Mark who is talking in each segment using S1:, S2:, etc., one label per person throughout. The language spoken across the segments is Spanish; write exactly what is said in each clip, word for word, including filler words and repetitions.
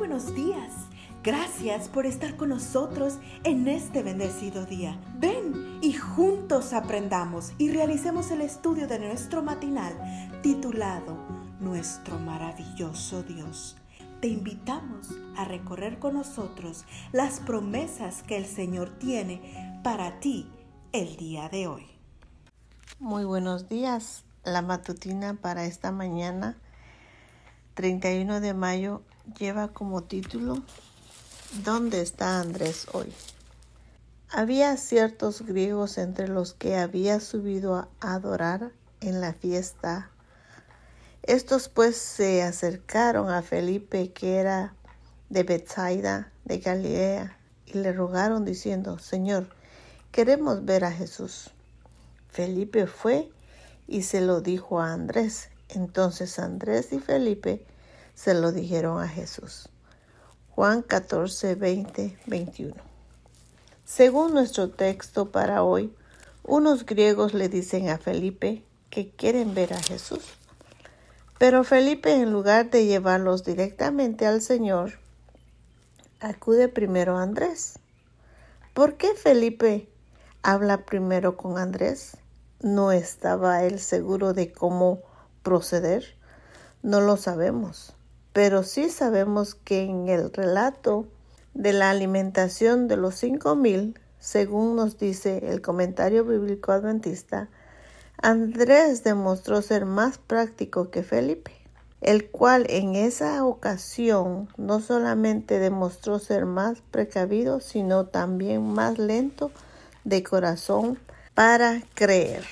S1: buenos días. Gracias por estar con nosotros en este bendecido día. Ven y juntos aprendamos y realicemos el estudio de nuestro matinal titulado Nuestro maravilloso Dios. Te invitamos a recorrer con nosotros las promesas que el Señor tiene para ti el día de hoy.
S2: Muy buenos días. La matutina para esta mañana, treinta y uno de mayo, lleva como título ¿Dónde está Andrés hoy? Había ciertos griegos entre los que había subido a adorar en la fiesta. Estos pues se acercaron a Felipe, que era de Betsaida, de Galilea, y le rogaron diciendo: Señor, queremos ver a Jesús. Felipe fue y se lo dijo a Andrés. Entonces Andrés y Felipe se lo dijeron a Jesús. Juan catorce, veinte, veintiuno. Según nuestro texto para hoy, unos griegos le dicen a Felipe que quieren ver a Jesús. Pero Felipe, en lugar de llevarlos directamente al Señor, acude primero a Andrés. ¿Por qué Felipe habla primero con Andrés? ¿No estaba él seguro de cómo proceder? No lo sabemos, pero sí sabemos que en el relato de la alimentación de los cinco mil, según nos dice el comentario bíblico adventista, Andrés demostró ser más práctico que Felipe, el cual en esa ocasión no solamente demostró ser más precavido, sino también más lento de corazón para creer.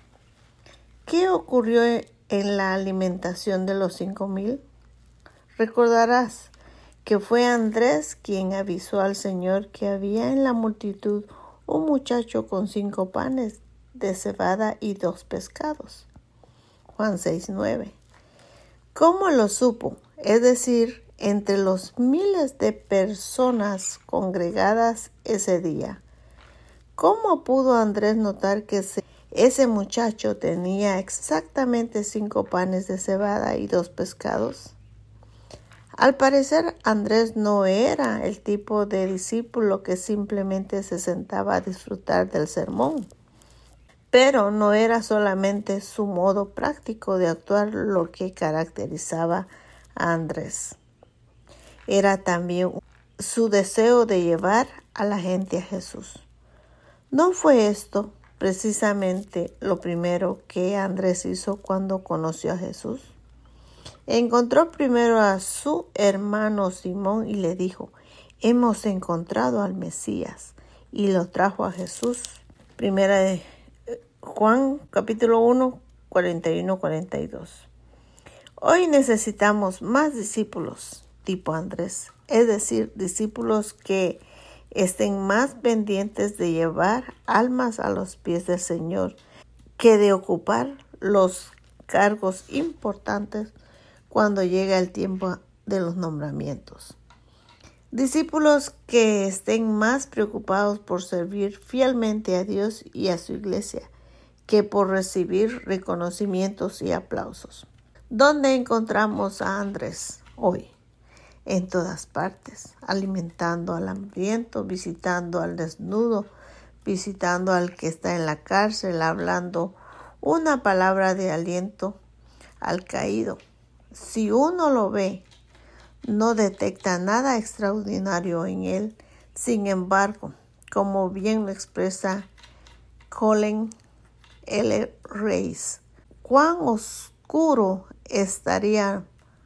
S2: ¿Qué ocurrió en la alimentación de los cinco mil? Recordarás que fue Andrés quien avisó al Señor que había en la multitud un muchacho con cinco panes de cebada y dos pescados. Juan seis, nueve. ¿Cómo lo supo? Es decir, entre los miles de personas congregadas ese día. ¿Cómo pudo Andrés notar que ese muchacho tenía exactamente cinco panes de cebada y dos pescados? Al parecer, Andrés no era el tipo de discípulo que simplemente se sentaba a disfrutar del sermón. Pero no era solamente su modo práctico de actuar lo que caracterizaba a Andrés. Era también su deseo de llevar a la gente a Jesús. ¿No fue esto precisamente lo primero que Andrés hizo cuando conoció a Jesús? Encontró primero a su hermano Simón y le dijo: hemos encontrado al Mesías, y lo trajo a Jesús. Primera de Juan capítulo uno, cuarenta y uno, cuarenta y dos. Hoy necesitamos más discípulos tipo Andrés, es decir, discípulos que estén más pendientes de llevar almas a los pies del Señor que de ocupar los cargos importantes cuando llega el tiempo de los nombramientos. Discípulos que estén más preocupados por servir fielmente a Dios y a su iglesia que por recibir reconocimientos y aplausos. ¿Dónde encontramos a Andrés hoy? En todas partes, alimentando al hambriento, visitando al desnudo, visitando al que está en la cárcel, hablando una palabra de aliento al caído. Si uno lo ve, no detecta nada extraordinario en él. Sin embargo, como bien lo expresa Colin L. Reis, cuán oscuro estaría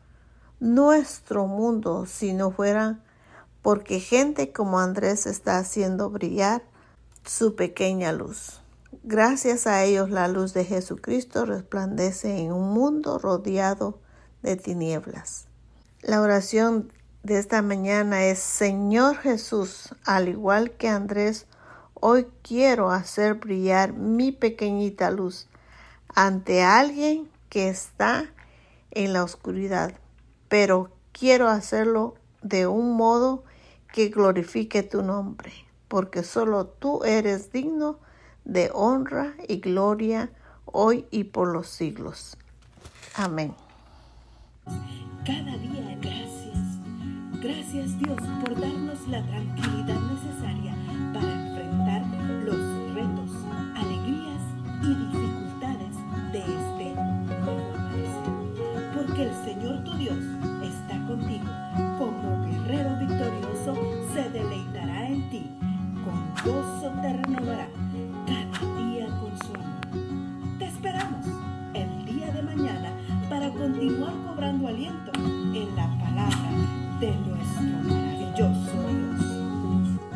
S2: nuestro mundo si no fuera porque gente como Andrés está haciendo brillar su pequeña luz. Gracias a ellos la luz de Jesucristo resplandece en un mundo rodeado de tinieblas. La oración de esta mañana es: Señor Jesús, al igual que Andrés, hoy quiero hacer brillar mi pequeñita luz ante alguien que está en la oscuridad, pero quiero hacerlo de un modo que glorifique tu nombre, porque solo tú eres digno de honra y gloria hoy y por los siglos. Amén.
S1: Cada día gracias, gracias. Gracias, Dios, por darnos la tranquilidad necesaria para enfrentar los retos, alegrías y dificultades de este nuevo amanecer. Porque el Señor tu Dios está contigo. Como guerrero victorioso se deleitará en ti. Con gozo te renovará cada día con su amor. Te esperamos el día de mañana para continuar cobrando aliento en la palabra de nuestro Dios.